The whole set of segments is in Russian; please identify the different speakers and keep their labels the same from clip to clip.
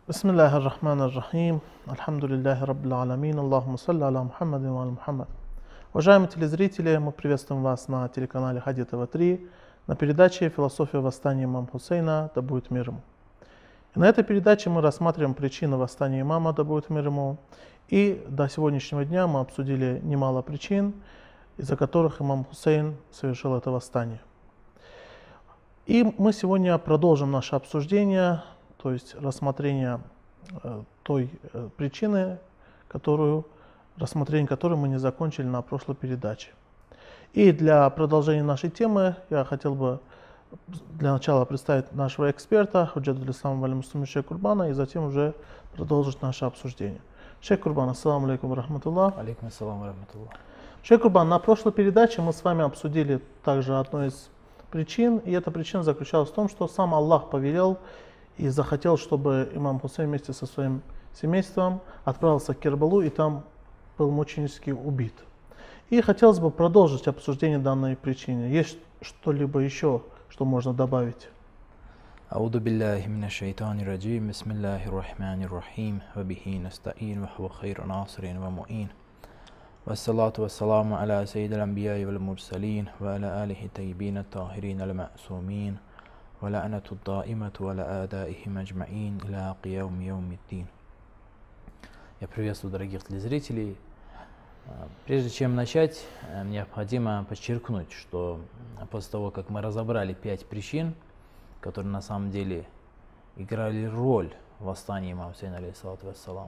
Speaker 1: Бисмиллахи ар-Рахмани ар-Рахим. Альхамдулиллахи Раббил Аламин. Аллахумма салли аля Мухаммадин ва аля Мухаммад. Уважаемые телезрители, мы приветствуем вас на телеканале Хади ТВ3 на передаче «Философия восстания имама Хусейна, да будет мир ему». И на этой передаче мы рассматриваем причины восстания имама, да будет мир ему. И до сегодняшнего дня мы обсудили немало причин, из-за которых имам Хусейн совершил это восстание. И мы сегодня продолжим наше обсуждение, то есть рассмотрение той причины, рассмотрение которой мы не закончили на прошлой передаче. И для продолжения нашей темы я хотел бы для начала представить нашего эксперта, Худжатуль Ислам валь Муслим Шейх Курбана, и затем уже продолжить наше обсуждение. Шейх Курбан, ассаламу алейкум ва рахматуллах.
Speaker 2: Алейкум ассалам ва рахматуллах.
Speaker 1: Шейх Курбан, на прошлой передаче мы с вами обсудили также одну из причин, и эта причина заключалась в том, что сам Аллах повелел и захотел, чтобы имам Хусейн вместе со своим семейством отправился к Кербалу и там был мученически убит. И хотелось бы продолжить обсуждение данной причины. Есть что-либо еще, что можно добавить?
Speaker 2: Ауду биллахи минаш шайтанир раджим. Бисмиллахир рахманир рахим. Ва бихи настаин ва хува хайру насирин ва муин. Вассалату вассаламу аля саййидил анбияи вал мурсалин ва аля алихи таyyibin ат-таhirin al-ma'sumin ва ла'нату даимату аля адаихим аджмаин иля қияуми яумиддин. Я приветствую дорогих телезрителей. Прежде чем начать, необходимо подчеркнуть, что после того, как мы разобрали 5 причин, которые на самом деле играли роль в восстании имама Хусейна, алейхиссалату вассалам,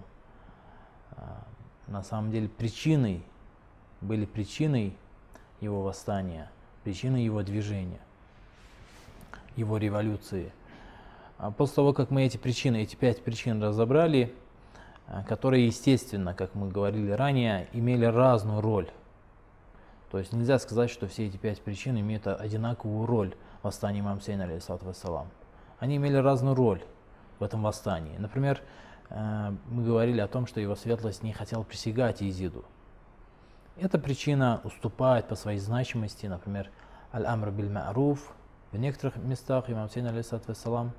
Speaker 2: на самом деле были причиной его восстания, причиной его движения, его революции. После того, как мы эти 5 причин разобрали, которые, естественно, как мы говорили ранее, имели разную роль. То есть нельзя сказать, что все эти 5 причин имеют одинаковую роль в восстании имама Хусейна, алейхиссалату вассалам. Они имели разную роль в этом восстании. Например, мы говорили о том, что его светлость не хотел присягать Езиду. Эта причина уступает по своей значимости, например, аль-амр биль-ма'руф. В некоторых местах имам Хусейн, алейхиссалату вассалам,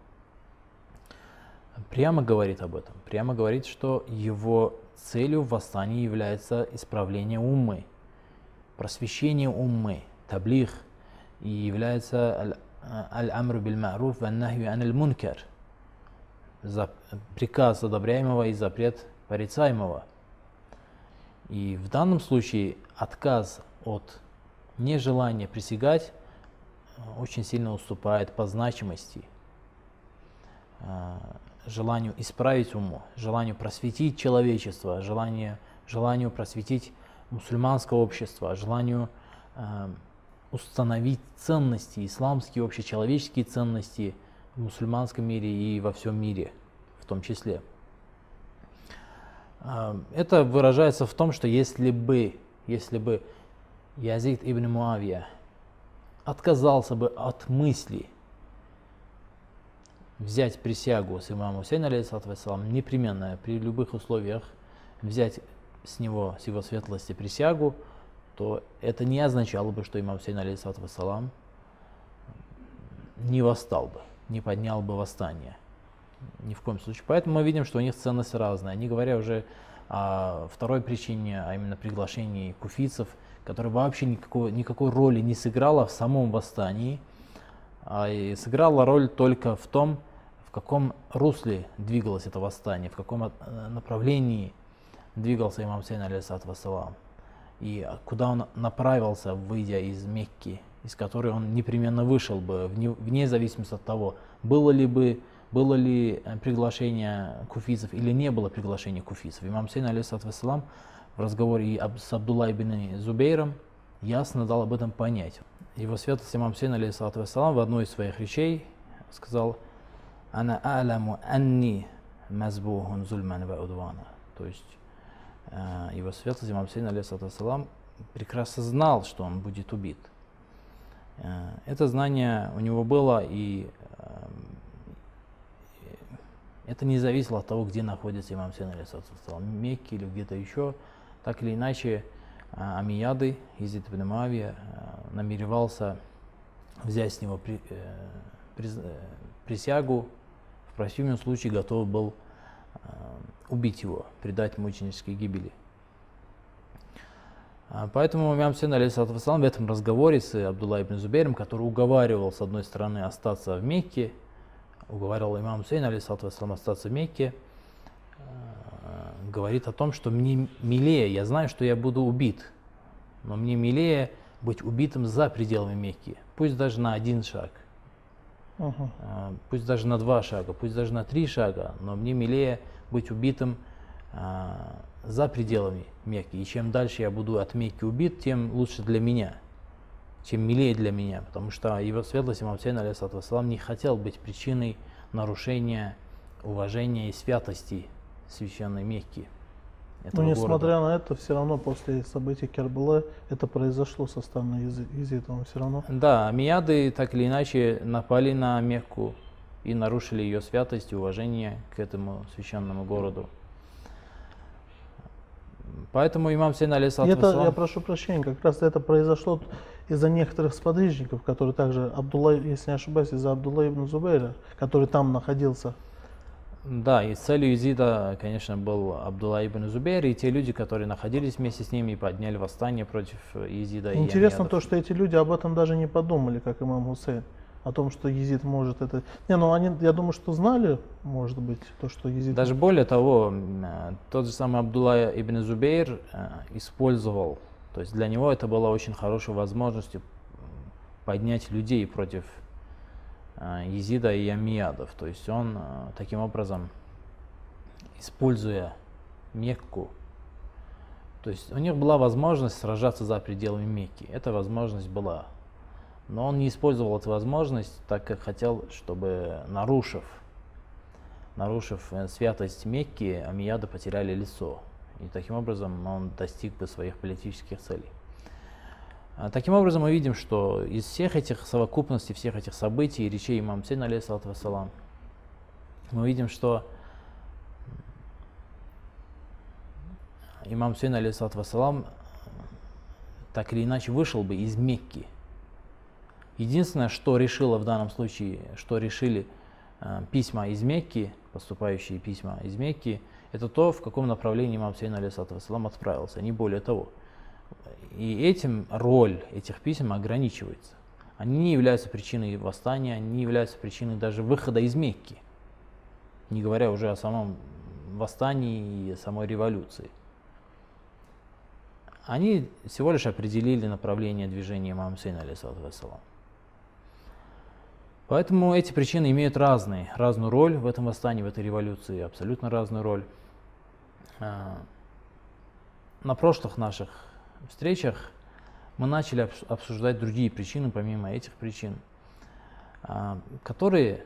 Speaker 2: прямо говорит об этом, прямо говорит, что его целью в восстании является исправление уммы, просвещение уммы, таблих, и является аль-амру биль-ма'руф ва-нахью аниль мункар, приказ одобряемого и запрет порицаемого. И в данном случае отказ от нежелания присягать очень сильно уступает по значимости желанию исправить уму, желанию просветить человечество, желанию просветить мусульманское общество, желанию установить ценности, исламские общечеловеческие ценности в мусульманском мире и во всем мире в том числе. Это выражается в том, что если бы Язид ибн Муавия отказался бы от мысли взять присягу с имамом Хусейна, алейхиссалату вассалам, непременно при любых условиях взять с его светлости присягу, то это не означало бы, что имам Хусейн, алейхиссалату вассалам, не восстал бы, не поднял бы восстание. Ни в коем случае. Поэтому мы видим, что у них ценность разная. Не говоря уже о второй причине, а именно приглашении куфийцев, которая вообще никакой роли не сыграла в самом восстании, а и сыграла роль только в том, в каком русле двигалось это восстание, в каком направлении двигался имам Хусейн, алейхиссалату вассалам, и куда он направился, выйдя из Мекки, из которой он непременно вышел бы, вне зависимости от того, было ли приглашение куфийцев или не было приглашения куфийцев. Имам Хусейн, алейхиссалату вассалам, в разговоре с Абдуллах ибн Зубейром ясно дал об этом понять. Его светлость имам Хусейн, алейхиссалату вассалам, в одной из своих речей сказал: «Ана а'ламу анни мазбухун зульман ва удвана». То есть его светлость имам Хусейн, алейхиссалату вассалам, прекрасно знал, что он будет убит. Это знание у него было, и это не зависело от того, где находится имам Хусейн, алейхиссалату вассалам, в Мекке или где-то еще. Так или иначе, Амияды, Язид ибн Муавия, намеревался взять с него присягу, в противном случае готов был убить его, предать мученической гибели. Поэтому имам Хусейн, алейхиссалату вассалам, в этом разговоре с Абдулла ибн Зубейром, который уговаривал, с одной стороны, остаться в Мекке, уговаривал имам Хусейн, алейхиссалату вассалам, остаться в Мекке, говорит о том, что мне милее, я знаю, что я буду убит, но мне милее быть убитым за пределами Мекки, пусть даже на один шаг, пусть даже на 2 шага, пусть даже на 3 шага, но мне милее быть убитым за пределами Мекки. И чем дальше я буду от Мекки убит, тем лучше для меня, чем милее для меня, потому что его светлость имам Хусейн, алейхиссалату вассалам, не хотел быть причиной нарушения уважения и святости священной Мекки.
Speaker 1: Но несмотря на это, все равно после событий Кербелы это произошло со стороны езидов, все равно.
Speaker 2: Да, амияды так или иначе напали на Мекку и нарушили ее святость и уважение к этому священному городу. Поэтому имам Хусейн, алейхиссалату вассалам...
Speaker 1: Я прошу прощения, как раз это произошло из-за некоторых сподвижников, которые также, Абдулла, если не ошибаюсь, из-за Абдулла ибн Зубейра, который там находился.
Speaker 2: Да, и целью езида, конечно, был Абдулла ибн Зубейр и те люди, которые находились вместе с ними и подняли восстание против езида.
Speaker 1: Интересно то, что эти люди об этом даже не подумали, как имам Хусейн, о том, что езид может это... Не, ну они, я думаю, что знали, может быть, то, что езид...
Speaker 2: Даже более того, тот же самый Абдулла ибн Зубейр использовал, то есть для него это была очень хорошей возможностью поднять людей против езида и амиядов. То есть он таким образом, используя Мекку, то есть у них была возможность сражаться за пределами Мекки. Эта возможность была. Но он не использовал эту возможность, так как хотел, чтобы, нарушив святость Мекки, амияды потеряли лицо. И таким образом он достиг бы своих политических целей. Таким образом мы видим, что из всех этих совокупностей, всех этих событий и речей имама Хусейна, алейхиссалату вассалам, мы видим, что имам Хусейн, алейхиссалату вассалам, так или иначе вышел бы из Мекки. Единственное, что решило в данном случае, что решили письма из Мекки, поступающие письма из Мекки, это то, в каком направлении имам Хусейн, алейхиссалату вассалам, отправился, не более того. И этим роль этих писем ограничивается. Они не являются причиной восстания, они не являются причиной даже выхода из Мекки, не говоря уже о самом восстании и самой революции. Они всего лишь определили направление движения имама Хусейна, алейхиссалату вассалам. Поэтому эти причины имеют разную роль в этом восстании, в этой революции, абсолютно разную роль. На прошлых наших встречах мы начали обсуждать другие причины, помимо этих причин, которые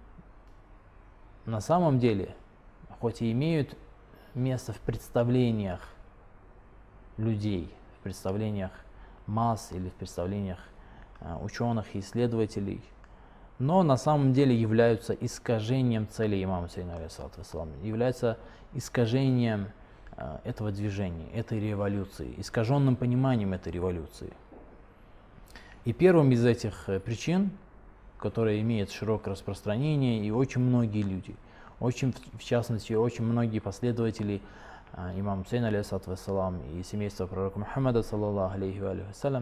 Speaker 2: на самом деле, хоть и имеют место в представлениях людей, в представлениях масс или в представлениях ученых и исследователей, но на самом деле являются искажением цели имама Хусейна, алейхиссалату вассалам, являются искажением этого движения, этой революции, искаженным пониманием этой революции. И первым из этих причин, которая имеет широкое распространение, и очень многие люди, в частности, очень многие последователи имама Хусейна, алейхиссалату вассалам, и семейства пророка Мухаммада, саллаллаху алейхи ва вассалям,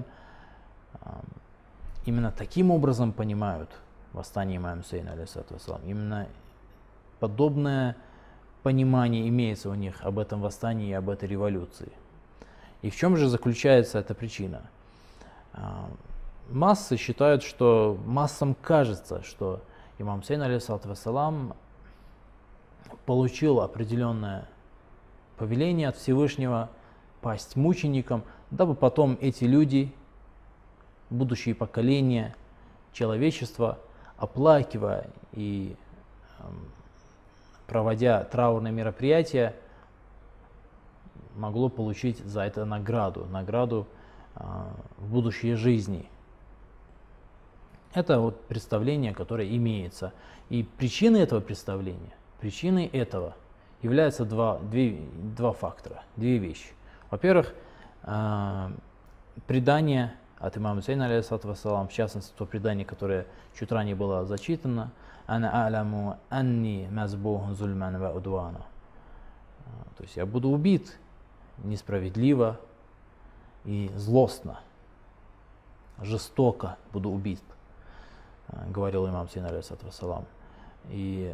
Speaker 2: именно таким образом понимают восстание имама Хусейна, алейхиссалату вассалам. Именно подобное понимание имеется у них об этом восстании и об этой революции. И в чем же заключается эта причина? Массы считают, что массам кажется, что имам Хусейн, алейхиссалату вассалам, получил определенное повеление от Всевышнего пасть мученикам, дабы потом эти люди, будущие поколения человечества, оплакивая и проводя траурные мероприятия, могло получить за это награду в будущей жизни. Это вот представление, которое имеется. И причиной этого представления, причиной этого являются два фактора, две вещи. Во-первых, предание от имама Хусейна, алейхиссалату вассалам, в частности, то предание, которое чуть ранее было зачитано, «Ана а'ламу анни мазбухун зульман ва удвана». То есть я буду убит несправедливо и злостно, жестоко буду убит, говорил имам Хусейн, алейхиссалату вассалам. И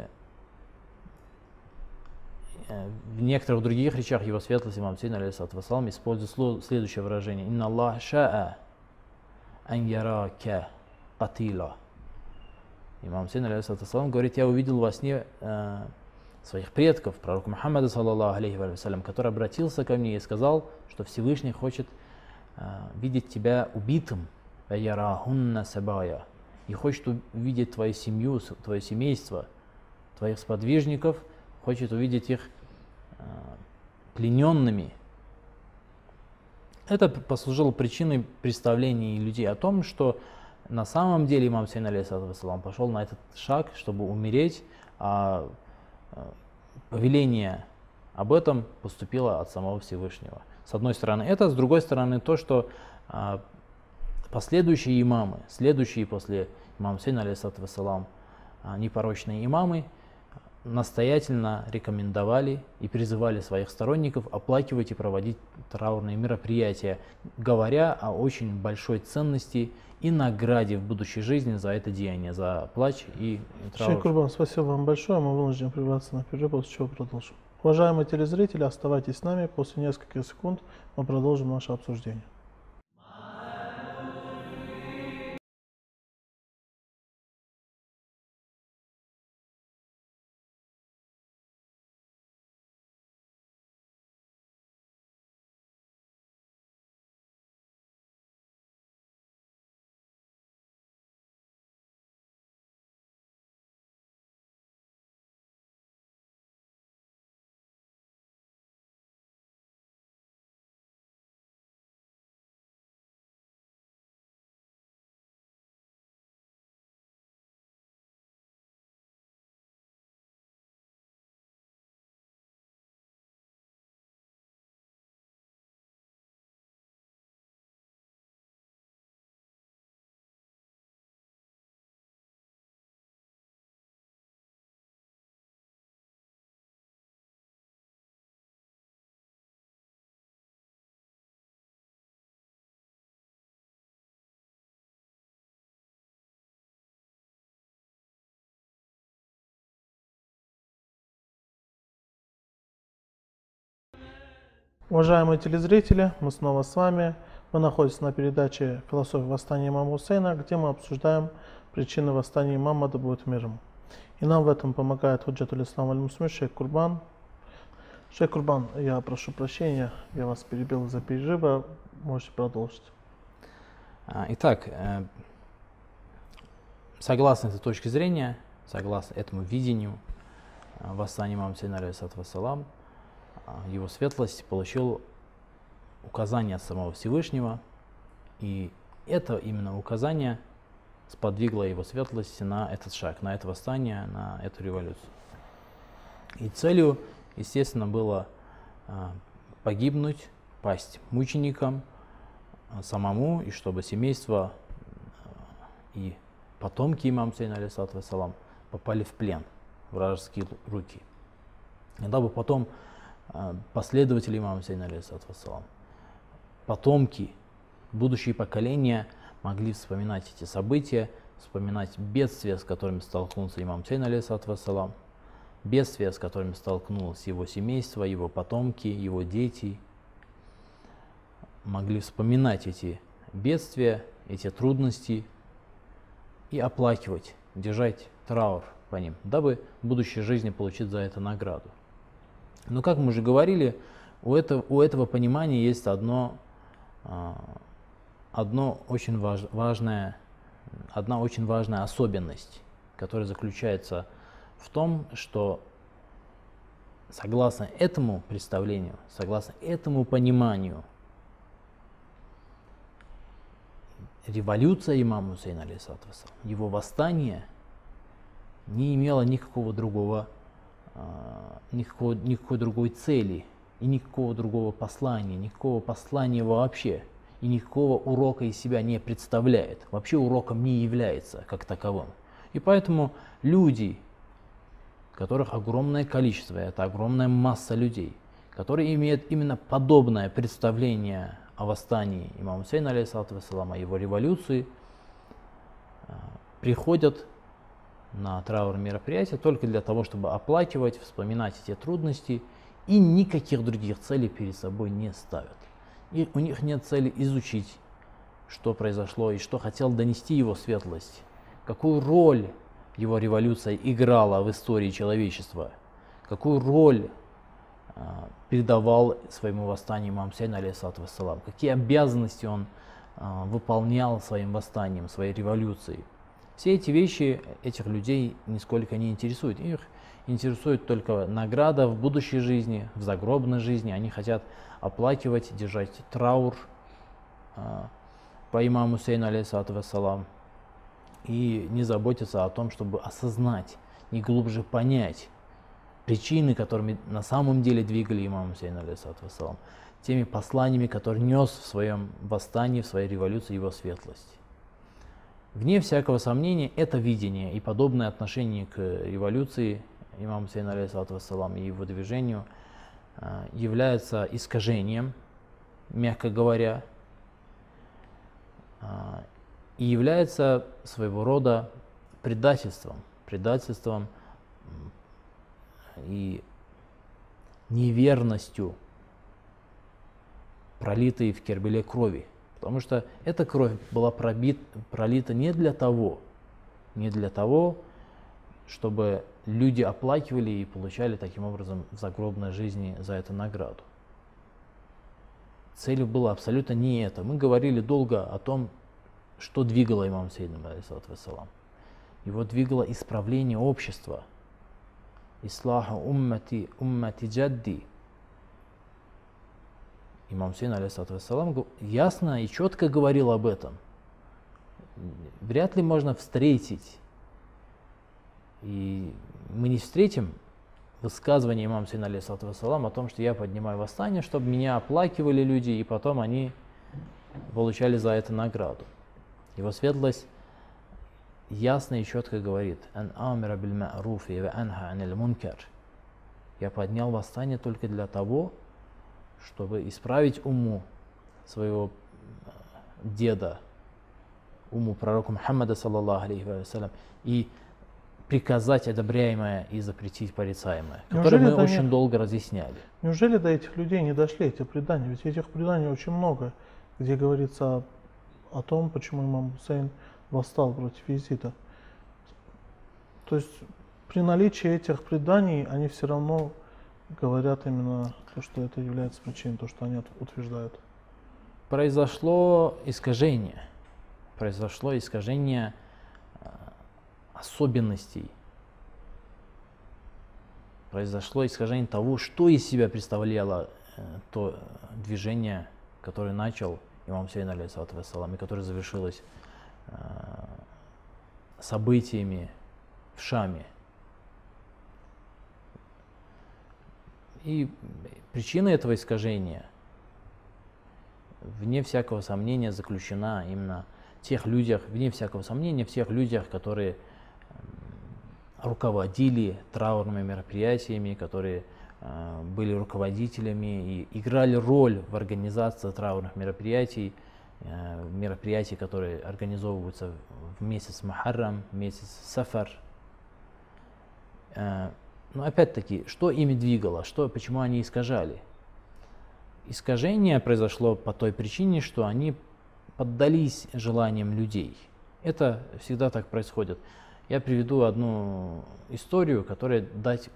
Speaker 2: в некоторых других речах его светлости имам Хусейн, алейхиссалату вассалам, использует следующее выражение: «Инна Аллах ша'a ан ярака катила». Имам Хусейн, алейхиссалату вассалам, говорит: я увидел во сне своих предков, пророка Мухаммада, саллаллаху алейхи вассалям, который обратился ко мне и сказал, что Всевышний хочет видеть тебя убитым, и хочет увидеть твою семью, твое семейство, твоих сподвижников, хочет увидеть их плененными. Это послужило причиной представлений людей о том, что на самом деле имам Хусейн, алейхиссалату вассалам, пошел на этот шаг, чтобы умереть, а повеление об этом поступило от самого Всевышнего. С одной стороны это, с другой стороны то, что последующие имамы, следующие после имама Хусейна, алейхиссалату вассалам, непорочные имамы, настоятельно рекомендовали и призывали своих сторонников оплакивать и проводить траурные мероприятия, говоря о очень большой ценности и награде в будущей жизни за это деяние, за плач и траур.
Speaker 1: Шейх Курбан, спасибо вам большое. Мы вынуждены прерваться на перерыв, после чего продолжим. Уважаемые телезрители, оставайтесь с нами. После нескольких секунд мы продолжим наше обсуждение. Уважаемые телезрители, мы снова с вами. Мы находимся на передаче «Философия восстания имама Хусейна», где мы обсуждаем причины восстания имама, да будет мир ему. И нам в этом помогает Худжатуль Ислам аль-Муслим Шейх Курбан. Шейх Курбан, я прошу прощения, я вас перебил из-за перерыва, можете продолжить.
Speaker 2: Итак, согласно этой точке зрения, согласно этому видению восстания имама Хусейна, алейхиссалату вассалам, его светлость получил указание от самого Всевышнего, и это именно указание сподвигло его светлость на этот шаг, на это восстание, на эту революцию. И целью, естественно, было погибнуть, пасть мученикам самому, и чтобы семейство и потомки имама Хусейна, алейхиссалату вассалам, попали в плен, в вражеские руки. И дабы потом последователи имама Хусейна, алейхиссалату вассалам, потомки, будущие поколения могли вспоминать эти события, вспоминать бедствия, с которыми столкнулся имам Хусейн, алейхиссалату вассалам, бедствия, с которыми столкнулось его семейство, его потомки, его дети, могли вспоминать эти бедствия, эти трудности и оплакивать, держать траур по ним, дабы в будущей жизни получить за это награду. Но, как мы уже говорили, у этого понимания есть одна очень важная особенность, которая заключается в том, что согласно этому представлению, согласно этому пониманию, революция имама Хусейна, алейхиссалату вассалам, его восстание не имело никакой другой цели и никакого другого послания, никакого послания вообще. и никакого урока из себя не представляет, вообще уроком не является как таковым. И поэтому люди, которых огромное количество, это огромная масса людей, которые имеют именно подобное представление о восстании имама Хусейна, алейхиссалату вассалам, о его революции, приходят на траурные мероприятия только для того, чтобы оплакивать, вспоминать эти трудности, и никаких других целей перед собой не ставят. И у них нет цели изучить, что произошло и что хотел донести его светлость, какую роль его революция играла в истории человечества, какую роль передавал своему восстанию имам Хусейн, алейхиссалату вассалам, какие обязанности он выполнял своим восстанием, своей революцией. Все эти вещи этих людей нисколько не интересуют. Их интересует только награда в будущей жизни, в загробной жизни. Они хотят оплакивать, держать траур по имаму Хусейну, алейхиссалату вассалам, и не заботиться о том, чтобы осознать, не глубже понять причины, которыми на самом деле двигали имама Хусейна, алейхиссалату вассалам, теми посланиями, которые нес в своем восстании, в своей революции его светлость. Вне всякого сомнения, это видение и подобное отношение к революции имама Хусейна, алейхиссалату вассалам, и его движению является искажением, мягко говоря, и является своего рода предательством и неверностью пролитой в Кербеле крови. Потому что эта кровь была пролита не для того, чтобы люди оплакивали и получали таким образом в загробной жизни за это награду. Целью было абсолютно не это. Мы говорили долго о том, что двигало имама Хусейном, алейхиссалату вассалам. Его двигало исправление общества. Ислаха уммати джадди. Имам Хусейн, алейхиссалату вассалам, ясно и четко говорил об этом. Вряд ли можно встретить, и мы не встретим высказывание имама Хусейна, алейхиссалату вассалам, о том, что я поднимаю восстание, чтобы меня оплакивали люди, и потом они получали за это награду. Его светлость ясно и четко говорит: я поднял восстание только для того, чтобы исправить умму своего деда, умму пророка Мухаммада, саллаллаху алейхи вассалям, и приказать одобряемое и запретить порицаемое, которое мы очень долго разъясняли.
Speaker 1: Неужели до этих людей не дошли эти предания? Ведь этих преданий очень много, где говорится о том, почему имам Хусейн восстал против Езида. То есть при наличии этих преданий они все равно говорят именно то, что это является причиной, то, что они утверждают.
Speaker 2: Произошло искажение особенностей, произошло искажение того, что из себя представляло то движение, которое начал имам Хусейн, алейхиссалату вассалам, и которое завершилось событиями в Шаме. И причина этого искажения, вне всякого сомнения, заключена именно в тех людях, которые руководили траурными мероприятиями, которые были руководителями и играли роль в организации траурных мероприятий, которые организовываются в месяц Мухаррам, месяц Сафар. Но опять-таки, что ими двигало, почему они искажали? Искажение произошло по той причине, что они поддались желаниям людей. Это всегда так происходит. Я приведу одну историю, которая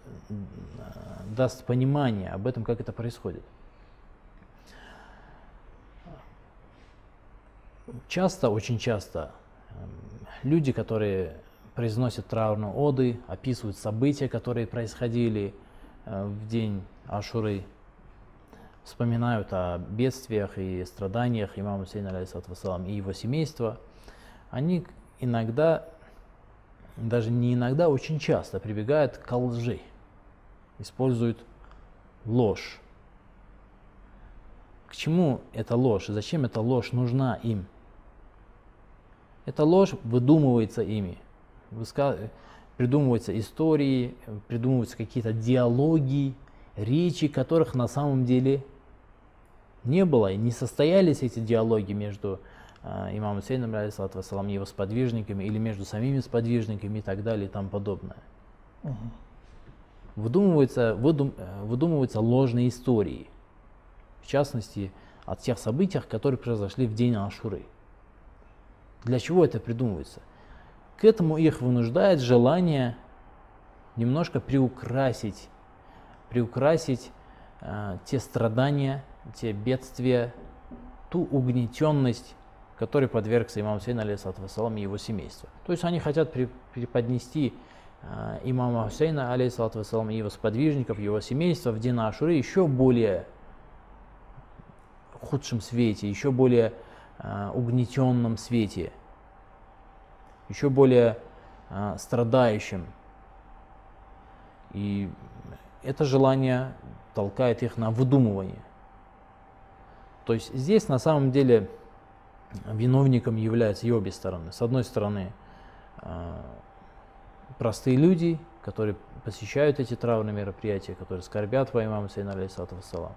Speaker 2: даст понимание об этом, как это происходит. Очень часто люди, которые произносят траурные оды, описывают события, которые происходили в день Ашуры, вспоминают о бедствиях и страданиях имама Хусейна, алейхиссалату вассалам, и его семейства. Они иногда, даже не иногда, очень часто прибегают к лжи, используют ложь. К чему эта ложь? Зачем эта ложь нужна им? Эта ложь выдумывается ими. Придумываются истории, придумываются какие-то диалоги, речи, которых на самом деле не было. И не состоялись эти диалоги между имамом Хусейном, алейхиссалату вассалам, и его сподвижниками, или между самими сподвижниками и так далее и тому подобное. Выдумываются ложные истории. В частности, о тех событиях, которые произошли в день Ашуры. Для чего это придумывается? К этому их вынуждает желание немножко приукрасить те страдания, те бедствия, ту угнетенность, которой подвергся имам Хусейн, алейхиссалату вассалам, и его семейство. То есть они хотят преподнести имама Хусейна, алейхиссалату вассалам, и его сподвижников, его семейства в день Ашуры еще более худшем свете, еще более угнетенном свете, еще более страдающим. И это желание толкает их на выдумывание. То есть здесь на самом деле виновником являются и обе стороны. С одной стороны, простые люди, которые посещают эти траурные мероприятия, которые скорбят по имаму Хусейну, алейхиссалату вассалам.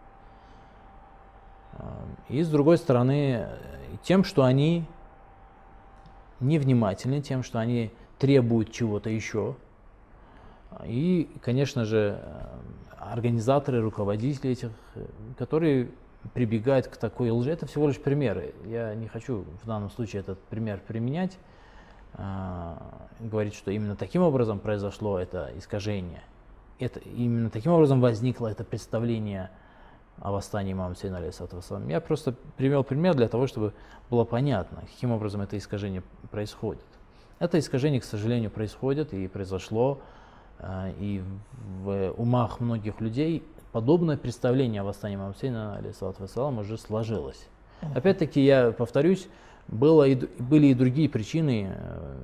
Speaker 2: И с другой стороны, тем, что они невнимательны, тем, что они требуют чего-то еще. И, конечно же, организаторы, руководители этих, которые прибегают к такой лжи, это всего лишь примеры. Я не хочу в данном случае этот пример применять, говорить, что именно таким образом произошло это искажение. Именно таким образом возникло это представление о восстании имама Хусейна, алейхиссалату вассалам. Я просто привел пример для того, чтобы было понятно, каким образом это искажение происходит. Это искажение, к сожалению, происходит и произошло, и в умах многих людей подобное представление о восстании имама Хусейна, алейхиссалату вассалам, уже сложилось. Опять-таки, я повторюсь, были и другие причины,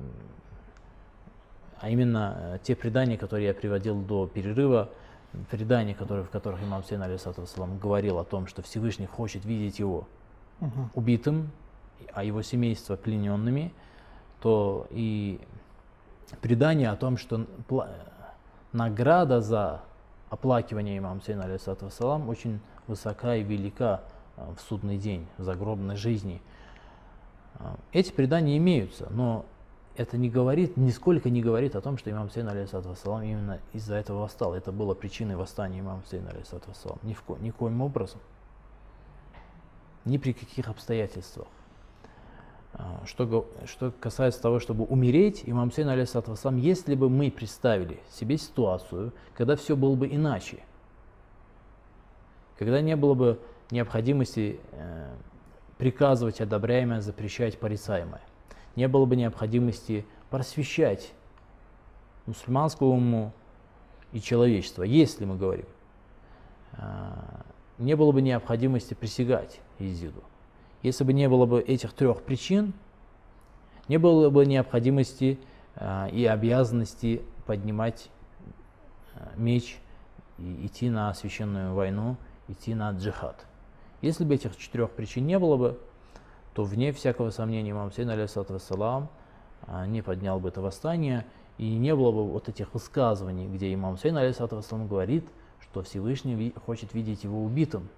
Speaker 2: а именно те предания, которые я приводил до перерыва, предания, в которых имам Хусейн, алейхиссалату вассалам, говорил о том, что Всевышний хочет видеть его убитым, а его семейство плененными, то и предание о том, что награда за оплакивание имама Хусейна, алейхиссалату вассалам, очень высока и велика в судный день, в загробной жизни. Эти предания имеются, но это нисколько не говорит о том, что имам Хусейн, алейхиссалату вассалам, именно из-за этого восстал. Это было причиной восстания имама Хусейна, алейхиссалату вассалам. Никоим образом. Ни при каких обстоятельствах. Что касается того, чтобы умереть, имам Хусейн, алейхиссалату вассалам, если бы мы представили себе ситуацию, когда все было бы иначе, когда не было бы необходимости приказывать одобряемое, запрещать порицаемое, не было бы необходимости просвещать мусульманскому уму и человечество, если мы говорим, не было бы необходимости присягать Езиду. Если бы не было бы этих трех причин, не было бы необходимости и обязанности поднимать меч и идти на священную войну, идти на джихад. Если бы этих четырех причин не было бы, то вне всякого сомнения имам Хусейн, алейхиссалату вассалам, не поднял бы это восстание, и не было бы вот этих высказываний, где имам Хусейн, алейхиссалату вассалам, говорит, что Всевышний хочет видеть его убитым.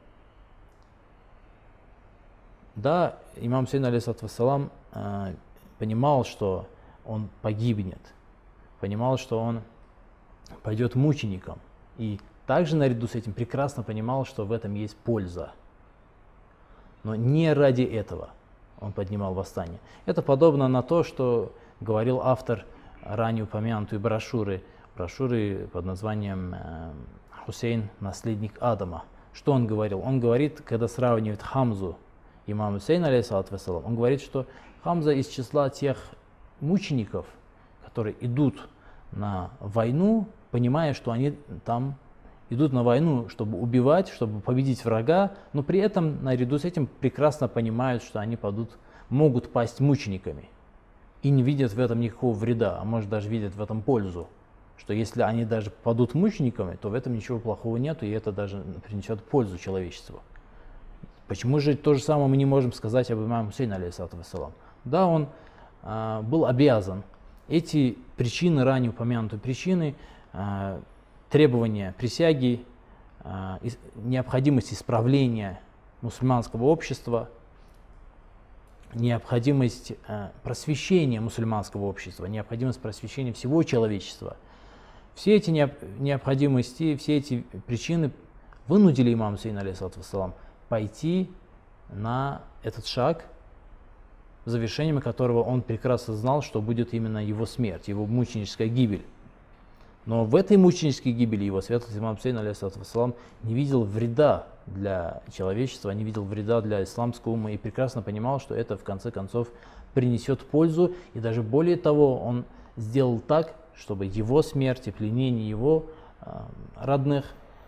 Speaker 2: Да, имам Хусейн, алейхиссалату вассалам, понимал, что он погибнет, понимал, что он пойдет мучеником, и также наряду с этим прекрасно понимал, что в этом есть польза. Но не ради этого он поднимал восстание. Это подобно на то, что говорил автор ранее упомянутой брошюры под названием «Хусейн, наследник Адама». Что он говорил? Он говорит, когда сравнивает Хамзу, имама Хусейна, алейхиссалату вассалам, он говорит, что Хамза из числа тех мучеников, которые идут на войну, понимая, что они там идут на войну, чтобы убивать, чтобы победить врага, но при этом наряду с этим прекрасно понимают, что они могут пасть мучениками и не видят в этом никакого вреда, а может даже видят в этом пользу, что если они даже падут мучениками, то в этом ничего плохого нет, и это даже принесет пользу человечеству. Почему же то же самое мы не можем сказать об имаме Хусейне, алейхиссалату вассалам? Да, он был обязан эти причины, ранее упомянутые причины, требования присяги, необходимость исправления мусульманского общества, необходимость просвещения мусульманского общества, необходимость просвещения всего человечества. Все эти необходимости, все эти причины вынудили имама Хусейна, алейхиссалату вассалам, пойти на этот шаг, завершением которого он прекрасно знал, что будет именно его смерть, его мученическая гибель. Но в этой мученической гибели его светлость имам Хусейн, алейхиссалату вассалам, не видел вреда для человечества, не видел вреда для исламского ума и прекрасно понимал, что это в конце концов принесет пользу. И даже более того, он сделал так, чтобы его смерть и пленение его родных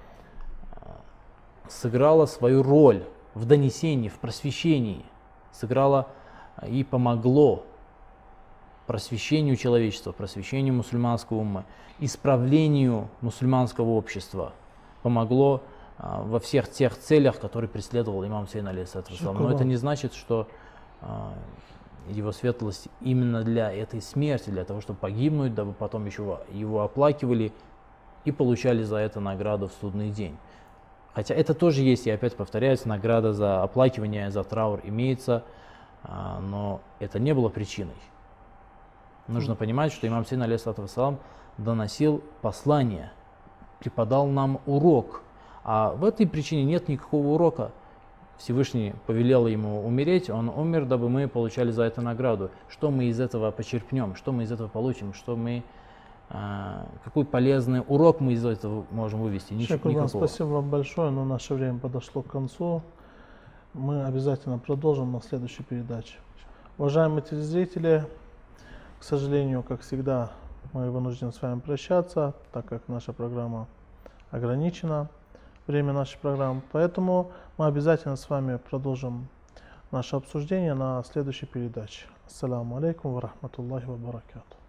Speaker 2: сыграло свою роль в донесении, в просвещении, сыграло и помогло просвещению человечества, просвещению мусульманского умма, исправлению мусульманского общества, помогло во всех тех целях, которые преследовал имам Хусейн, алейхиссалату вассалам. Но это не значит, что его светлость именно для этой смерти, для того, чтобы погибнуть, дабы потом еще его оплакивали и получали за это награду в судный день. Хотя это тоже есть, и опять повторяюсь, награда за оплакивание, за траур имеется, но это не было причиной. Нужно понимать, что имам Хусейн, алейхиссалату вассалам, доносил послание, преподал нам урок. А в этой причине нет никакого урока. Всевышний повелел ему умереть, он умер, дабы мы получали за это награду. Что мы из этого почерпнем, что мы из этого получим, какой полезный урок мы из этого можем вывести? Никакого.
Speaker 1: Спасибо вам большое, но наше время подошло к концу. Мы обязательно продолжим на следующей передаче. Уважаемые телезрители, к сожалению, как всегда, мы вынуждены с вами прощаться, так как наша программа ограничена, время нашей программы. Поэтому мы обязательно с вами продолжим наше обсуждение на следующей передаче. Ассаламу алейкум ва рахматуллахи ва баракату.